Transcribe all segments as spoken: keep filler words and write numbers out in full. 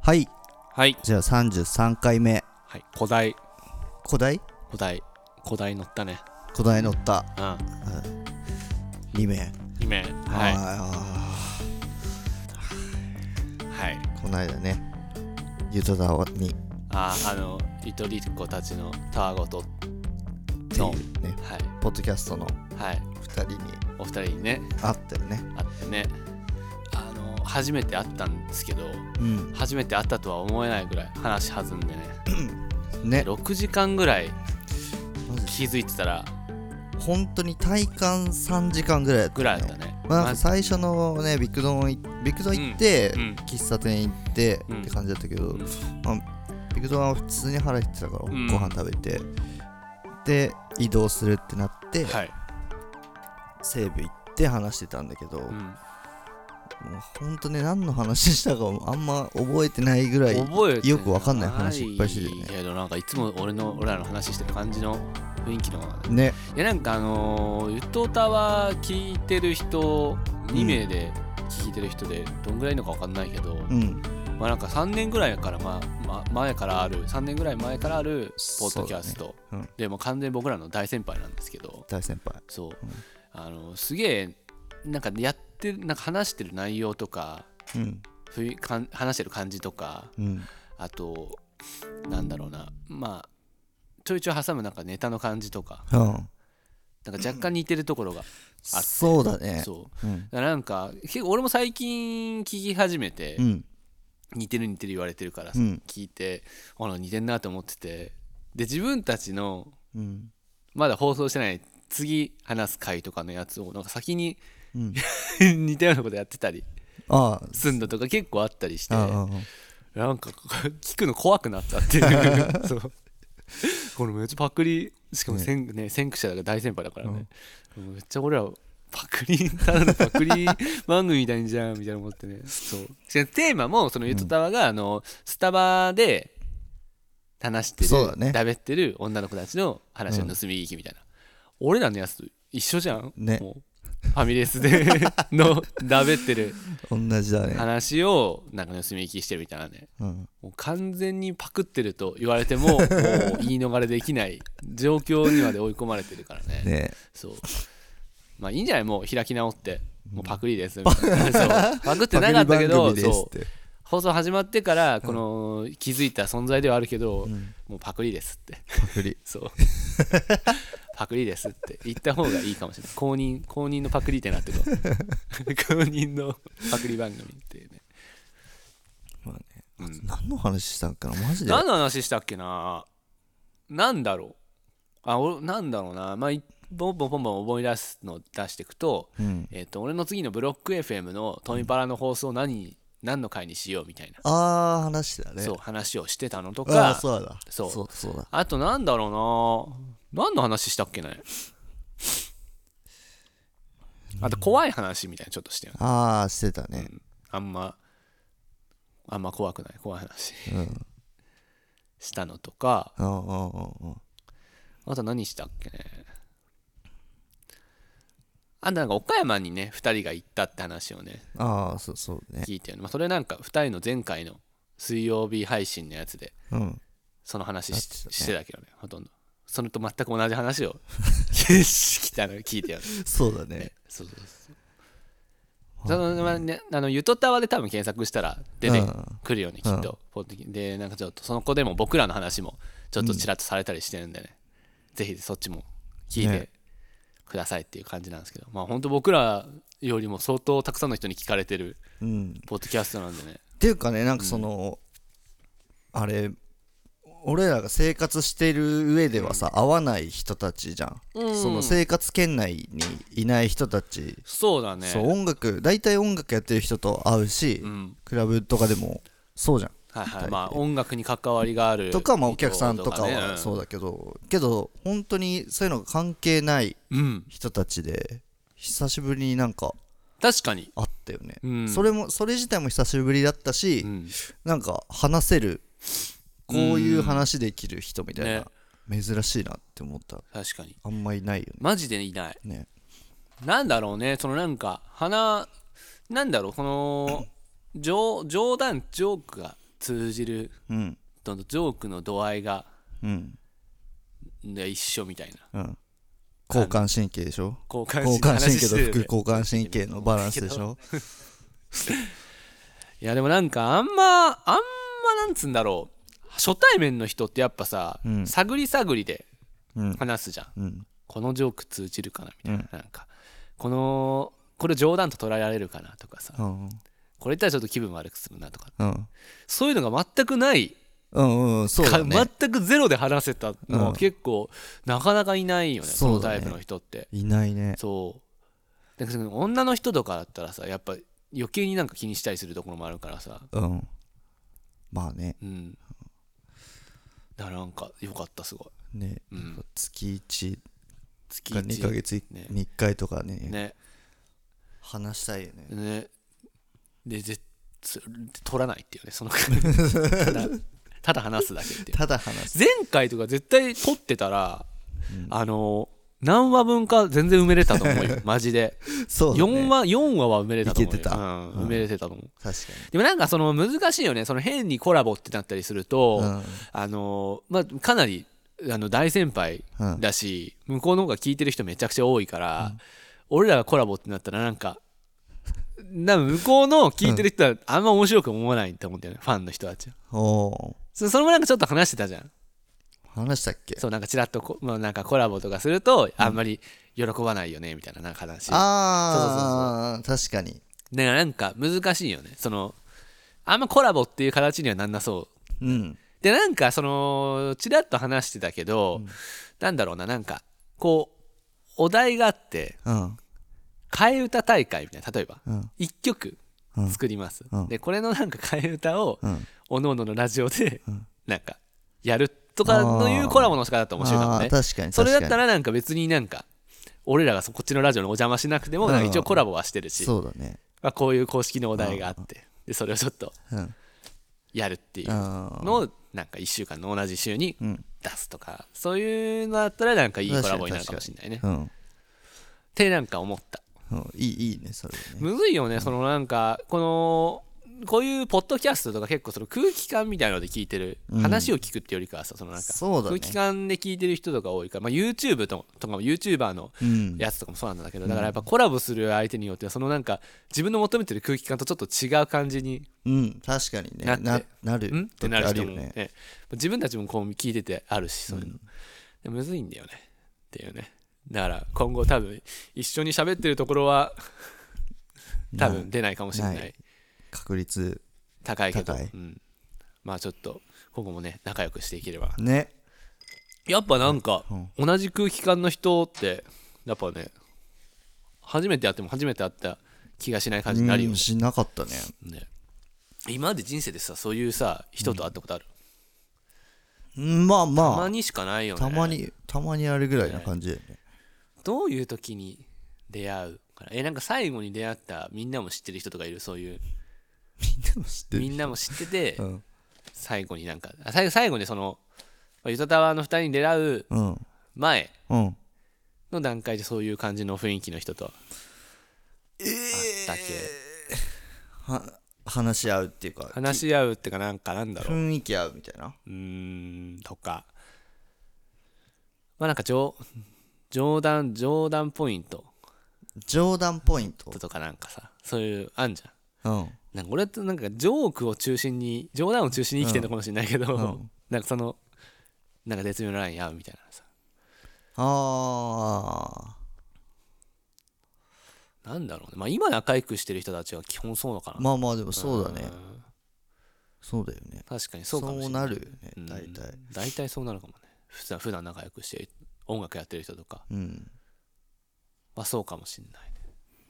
はいはいじゃあさんじゅうさんかいめ。 はい古代古代古代古代乗ったね。 古代乗った、 うん、 にめいにめいはいはいこの間ねゆとたわにああのゆとりっ子たちのたわごとのっていうね、 はいポッドキャストのはいふたりにお二人にね会ったよね。 会ってね、あの初めて会ったんですけど、 うん、 初めて会ったとは思えないぐらい話弾んでねねろくじかんぐらい気づいてたら本当に体感さんじかんぐらいだった、ね、 ぐらいだったね。 まあ、なんか最初のねビッグドンビッグドン行って、うん、喫茶店行って、うん、って感じだったけど、うんまあ、ビッグドンは普通に腹減ってたから、うん、ご飯食べてで移動するってなって、はい、西武行って話してたんだけど、うん、もうほんとね何の話したかあんま覚えてないぐらいよくわかんない話いっぱいしてるよね。 けどなんかいつも俺の俺らの話してる感じの雰囲気のままね。 いやなんかあのー、ゆとたわ聞いてる人にめいで聞いてる人でどんぐらいいるのかわかんないけど、うん、まあなんかさんねんぐらいから、まあま、前からあるさんねんぐらい前からあるポッドキャスト、ねうん、でもう完全に僕らの大先輩なんですけど大先輩そう、うん、あのすげえなんかやってなんか話してる内容とか、うん、ふかん話してる感じとか、うん、あとなんだろうなまあちょいちょい挟むなんかネタの感じとか、うん、なんか若干似てるところがあって、うん、 そうだねそう、うん、だからなんか結構俺も最近聞き始めて、うん、似てる似てる言われてるからさ、うん、聞いてあら似てんなと思っててで自分たちの、うん、まだ放送してない次話す回とかのやつをなんか先に、うん、似たようなことやってたりすんのとか結構あったりしてなんか聞くの怖くなったっていうそうこれめっちゃパクリしかも先,、ねね、先駆者だから大先輩だからね、うん、めっちゃ俺らパクリただのパクリ番組みたいじゃんみたいな思ってねそうテーマもそのゆとたわが、うん、あのスタバで話してる、ね、だべってる女の子たちの話を盗み聞きみたいな、うん、俺らのやつ一緒じゃん、ね、もうファミレスでのだべってる同じだね話をなんか盗み聞きしてるみたいなね、うん、もう完全にパクってると言われてももう言い逃れできない状況にまで追い込まれてるからね。ねそうまあいいんじゃないもう開き直ってもうパクリですみたいなそうパクってなかったけどそう放送始まってからこの、うん、気づいた存在ではあるけど、うん、もうパクリですってパクリそうパクリですって言った方がいいかもしれない。公認公認のパクリってなってこう公認のパクリ番組っていうね。 まあね、うん、何の話したっけなマジで。 何の話したっけな。なんだろう。あ、俺なんだろうな。まあボンボンボンボン思い出すの出していくと、うん、えっ、ー、と俺の次のブロック エフエム のトミパラの放送何何の回にしようみたいな。 ああ話だね。 そう話をしてたのとか。 あそうだ。 そうそうそうだ。 あとなんだろうな。何の話したっけね。あと怖い話みたいなちょっとしてる。 ああしてたね、うん、 あんまあんま怖くない怖い話、うん、したのとか。あああと何したっけね。あんたなんか岡山にねふたりが行ったって話をねああそうそうね聞いてる、まあ、それなんかふたりの前回の水曜日配信のやつで、うん、その話 し,、ね、してたけどねほとんどそれと全く同じ話を聞いたの聞いてやるそうだね、ねそうそうそうその、まあね、あのゆとたわで多分検索したら出てくるよねきっと、うん、でなんかちょっとその子でも僕らの話もちょっとちらっとされたりしてるんでね、うん、ぜひそっちも聞いてくださいっていう感じなんですけど、まあ本当僕らよりも相当たくさんの人に聞かれてるポッドキャストなんでね、うん、 っていうかねなんかその、うん、あれ俺らが生活してる上ではさ、うん、会わない人たちじゃん、うん、その生活圏内にいない人たち。 そうだね。 そう音楽大体音楽やってる人と会うし、うん、クラブとかでもそうじゃん。 はいはい、まあ音楽に関わりがあるとか、まあ、お客さんとかはそうだけど、うん、けど本当にそういうのが関係ない人たちで久しぶりになんか確かにあったよね、うん、それもそれ自体も久しぶりだったし、うん、なんか話せるこういう話できる人みたいな、ね、珍しいなって思った。 確かにあんまいないよねマジでいない、ね、なんだろうねそのなんか花なんだろうこの冗談ジョークが通じる、うん、とジョークの度合いが、うん、で一緒みたいな、うん、 交感神経でしょ。 交感神経と副交感神経のバランスでしょいやでもなんかあんまあんまなんつうんだろう、初対面の人ってやっぱさ、うん、探り探りで話すじゃん、うん、このジョーク通じるかなみたいな、うん、なんかこのこれ冗談と捉えられるかなとかさ、うん、これ言ったらちょっと気分悪くするなとか、うん、そういうのが全くない、 うんうんそうだね、 全くゼロで話せたのは結構なかなかいないよね、うん、そのタイプの人って、 いないね。 そうだから女の人とかだったらさやっぱ余計になんか気にしたりするところもあるからさ、 うん、まあね、うん、 だからなんか良かったすごいね、うん、月いちかにかげつにいっかいとか ね, ね話したいよね。 ねでぜ取らないっていうね、そのただただ話すだけっていう。 ただ話す。 前回とか絶対取ってたら、うん、あの何話分か全然埋めれたと思うよマジで。そうだね、よんわよんわは埋めれたと思うよ。いけてた、うん、埋めれてたと思う。 確かに。 でもなんかその難しいよね、その変にコラボってなったりすると、うん、あのまあかなりあの大先輩だし、うん、向こうの方が聞いてる人めちゃくちゃ多いから、うん、俺らがコラボってなったらなんかなんか向こうの聞いてる人はあんま面白く思わないって思うんだよね、ファンの人たちは。おそ, それもなんかちょっと話してたじゃん。 話したっけ。 そうなんかちらっとこ、まあ、なんかコラボとかするとあんまり喜ばないよねみたいななんか話、うん、 ああ確かに。 だからなんか難しいよね、そのあんまコラボっていう形にはなんなそう、うん、でなんかそのちらっと話してたけど、うん、なんだろうな、なんかこうお題があって、うん、替え歌大会みたいな、例えば、うん、いっきょく作ります、うん、でこれのなんか替え歌を、うん、おのおののラジオで、うん、なんかやるとかのいうコラボの仕方だったら面白いかもね。 確かにそれだったらなんか別になんか俺らがこっちのラジオのお邪魔しなくても一応コラボはしてるし、 そうだね、 まあ、こういう公式のお題があってでそれをちょっとやるっていうのをなんかいっしゅうかんの同じ週に出すとか、そういうのだったらなんかいいコラボになるかもしれないね、うん、ってなんか思った、 うん、いいいいねそれね。 むずいよね、うん、そのなんかこのこういうポッドキャストとか結構その空気感みたいなので聞いてる、うん、話を聞くってよりかはさ、そのなんか空気感で聞いてる人とか多いから、まあ、YouTube とかも YouTuber のやつとかもそうなんだけど、うん、だからやっぱコラボする相手によってはそのなんか自分の求めてる空気感とちょっと違う感じにうん、確かにね、な, な, なるんってなる人もね、ね、自分たちもこう聞いててあるし、そういうの、うん、むずいんだよねっていうね。だから今後多分一緒に喋ってるところは多分出ないかもしれない、ない確率高いけど、うん、まあちょっと今後もね仲良くしていければね。 やっぱなんか、うん、同じ空気感の人ってやっぱね初めて会っても初めて会った気がしない感じになるよね。 しなかったね。 ね、今まで人生でさそういうさ人と会ったことある？ うん、まあまあたまにしかないよね。 たまにたまにあるぐらいな感じだよね。 どういう時に出会うから、えなんか最後に出会ったみんなも知ってる人とかいる？そういうみんなも知ってるみんなも知ってて、うん、最後になんか最後最後にそのゆとたわのふたりに出会う前の段階でそういう感じの雰囲気の人とあったっけ、 えー、は話し合うっていうか話し合うっていうかなんかなんだろう雰囲気合うみたいなうーんとかまあなんか冗談冗談ポイント冗談ポイントとかなんかさそういうあんじゃん、うん、なんか俺ってなんかジョークを中心に冗談を中心に生きてるのかもしれないけど、うんうん、なんかそのなんか絶妙なライン合うみたいなさあーなんだろうね。まあ今仲良くしてる人たちは基本そうのかな。 まあまあでもそうだね、うん、そうだよね。 確かにそうかもしれない。 そうなるよね、うん、大体大体そうなるかもね。普段普段仲良くして音楽やってる人とか、うん、まあそうかもしれないね。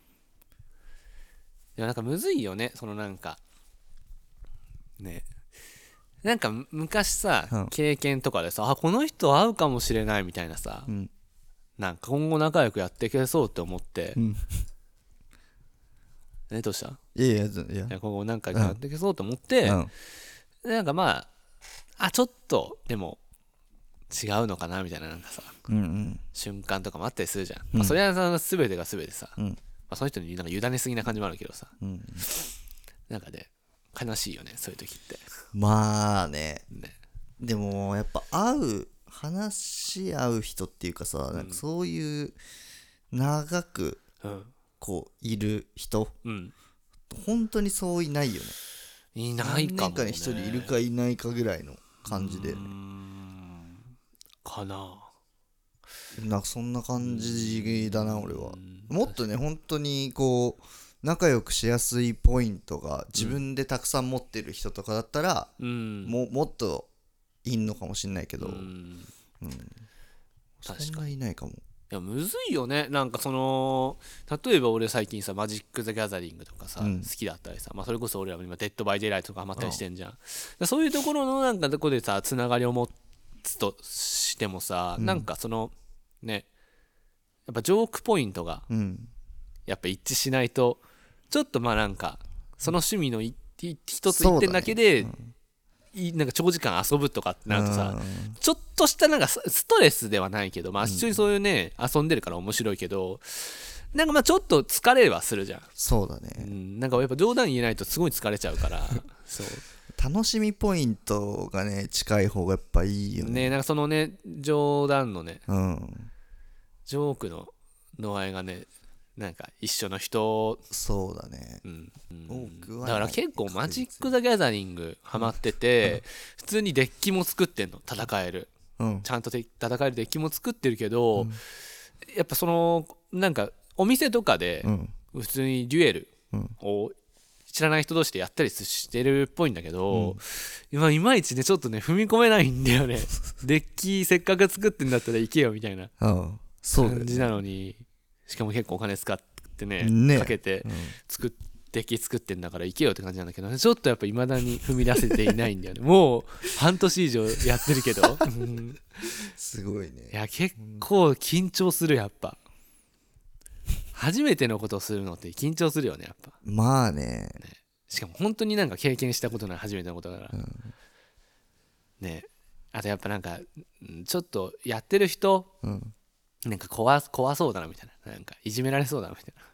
でもなんかむずいよね、そのなんかね、なんか昔さ、うん、経験とかでさあこの人合うかもしれないみたいなさ、うん、なんか今後仲良くやっていけそうって思って、うん、ねどうした？ いやいやいや今後仲良くやっていけそうと思って、うん、なんかまああちょっとでも違うのかなみたいななんかさ、うんうん、瞬間とかもあったりするじゃん、うんまあ、それはさ全てが全てさ、うんまあ、その人になんか委ねすぎな感じもあるけどさ、うん、なんかね悲しいよねそういう時って。 まあねね。 でもやっぱ会う話し合う人っていうかさ、うん、なんかそういう長くこういる人、うん、本当にそういないよね。 いないかもね。 何年かに一人いるかいないかぐらいの感じで、ね、うーんかな。 なんかそんな感じだな俺は。もっとね本当にこう仲良くしやすいポイントが自分でたくさん持ってる人とかだったら、うん、も, もっといんのかもしんないけど、うんうん、確かにそんないないかも。 いやむずいよね。なんかその例えば俺最近さマジック・ザ・ギャザリングとかさ、うん、好きだったりさ、まあ、それこそ俺らも今デッド・バイ・デイライトとかハマったりしてんじゃん。そういうところのなんかどこでさつながりを持つとしてもさ、うん、なんかそのねやっぱジョークポイントがやっぱ一致しないとちょっとまあなんかその趣味の一つ一点だけで、ねうん、なんか長時間遊ぶとかってなるとさちょっとしたなんかストレスではないけどまあ一緒にそういうね遊んでるから面白いけどなんかまあちょっと疲れはするじゃん。 そうだね、 うん、なんかやっぱ冗談言えないとすごい疲れちゃうからそう楽しみポイントがね近い方がやっぱいいよね。 ねなんかそのね冗談のね、 うん、 ジョークの度合いがねなんか一緒の人そうだね、 うんうん、だから結構マジック・ザ・ギャザリングハマってて、うん、普通にデッキも作ってんの戦える、うん、ちゃんと戦えるデッキも作ってるけど、うん、やっぱそのなんかお店とかで普通にデュエルを知らない人同士でやったりしてるっぽいんだけど、うん、いまいちねちょっとね踏み込めないんだよねデッキせっかく作ってんだったら行けよみたいな感じなのに、しかも結構お金使ってね、ねかけて作っ、うん、デッキ作ってんだから行けよって感じなんだけど、ね、ちょっとやっぱ未だに踏み出せていないんだよねもう半年以上やってるけどすごいね。 いや結構緊張する。やっぱ初めてのことをするのって緊張するよねやっぱ。 まあ ね, ねしかも本当になんか経験したことない初めてのことだから、うん、ねあとやっぱなんかちょっとやってる人、うんなんか 怖, 怖そうだなみたいな、なんかいじめられそうだなみたいな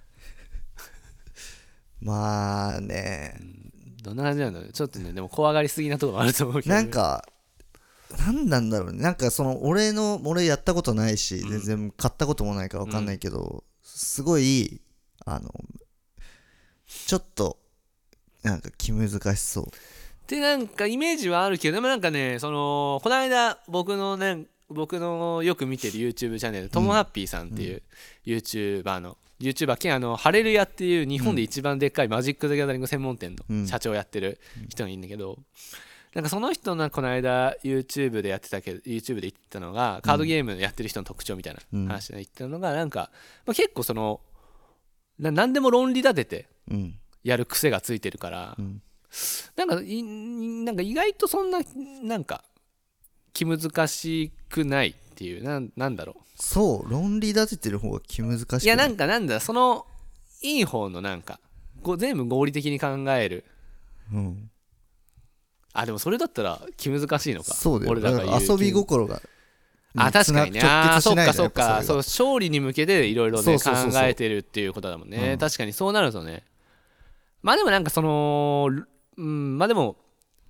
まあね、 うん、どんな感じなんだろう。ちょっとねでも怖がりすぎなところもあると思うけど、ね、 なんかなんなんだろうね。なんかその俺の俺やったことないし、うん、全然買ったこともないから分かんないけど、うん、すごいあのちょっとなんか気難しそうってなんかイメージはあるけど、でもなんかねそのこの間僕のね僕のよく見てる YouTube チャンネルトモハッピーさんっていう YouTuber の YouTuber 兼あのハレルヤっていう日本で一番でっかいマジック・ザ・ギャザリング専門店の社長をやってる人がいるんだけど、なんかその人がこの間 YouTube でやってたけど YouTube で言ってたのがカードゲームやってる人の特徴みたいな話で言ってたのがなんか結構その何でも論理立ててやる癖がついてるからなんかなんか意外とそんななんか気難しくないっていう な, なんだろうそう論理立ててる方が気難しくない。 いやなんかなんだそのいい方のなんかこう全部合理的に考える、うん、あでもそれだったら気難しいのか。 そうだよ。俺らが言う遊び心が、ね、 あ確かにねあそっかそっかそう勝利に向けていろいろね考えてるっていうことだもんね、うん、確かにそうなるとねまあでもなんかそのうんまあでも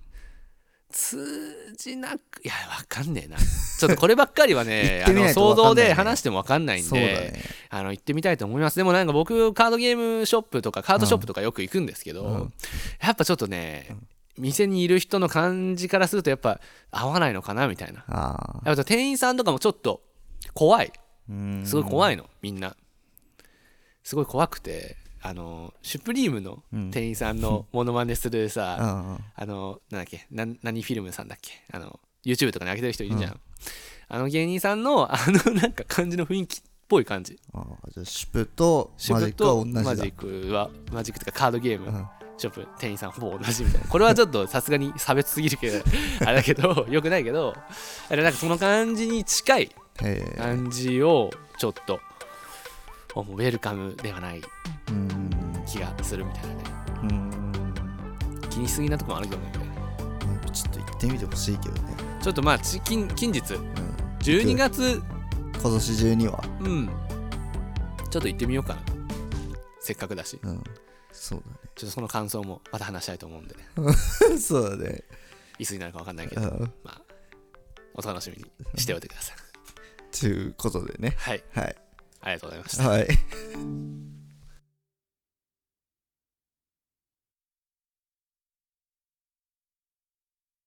通じなくいや分かんねえなちょっとこればっかりはねあの想像で話しても分かんないんで、ね、あの行ってみたいと思います。でもなんか僕カードゲームショップとかカードショップとかよく行くんですけど、うん、やっぱちょっとね、うん、店にいる人の感じからするとやっぱ合わないのかなみたいな。あやっぱ店員さんとかもちょっと怖いすごい怖いのみんなすごい怖くてあのシュプリームの店員さんのモノマネするさ、うん、あのなんだっけな何フィルムさんだっけあの YouTube とかに上げてる人いるじゃん、うん、あの芸人さんのあのなんか感じの雰囲気っぽい感じ。 あじゃあシュプとマジックは同じだ。 マジックはマジックとかカードゲーム、うん、ショップ店員さんほぼ同じみたいな。これはちょっとさすがに差別すぎるけどあれだけどよくないけどあれなんかその感じに近い感じをちょっともうウェルカムではない気がするみたいなね。うん気にしすぎなとこもあるけどね。 ちょっと行ってみてほしいけどね。 ちょっとまあ近, 近日、うん、じゅうにがつ今年中にはうんちょっと行ってみようかなせっかくだし、うん、 そうだね。 ちょっとその感想もまた話したいと思うんでそうだね。 いつになるか分かんないけど、まあお楽しみにしておいてくださいということでね。 はい、 はい、 ありがとうございました。 はい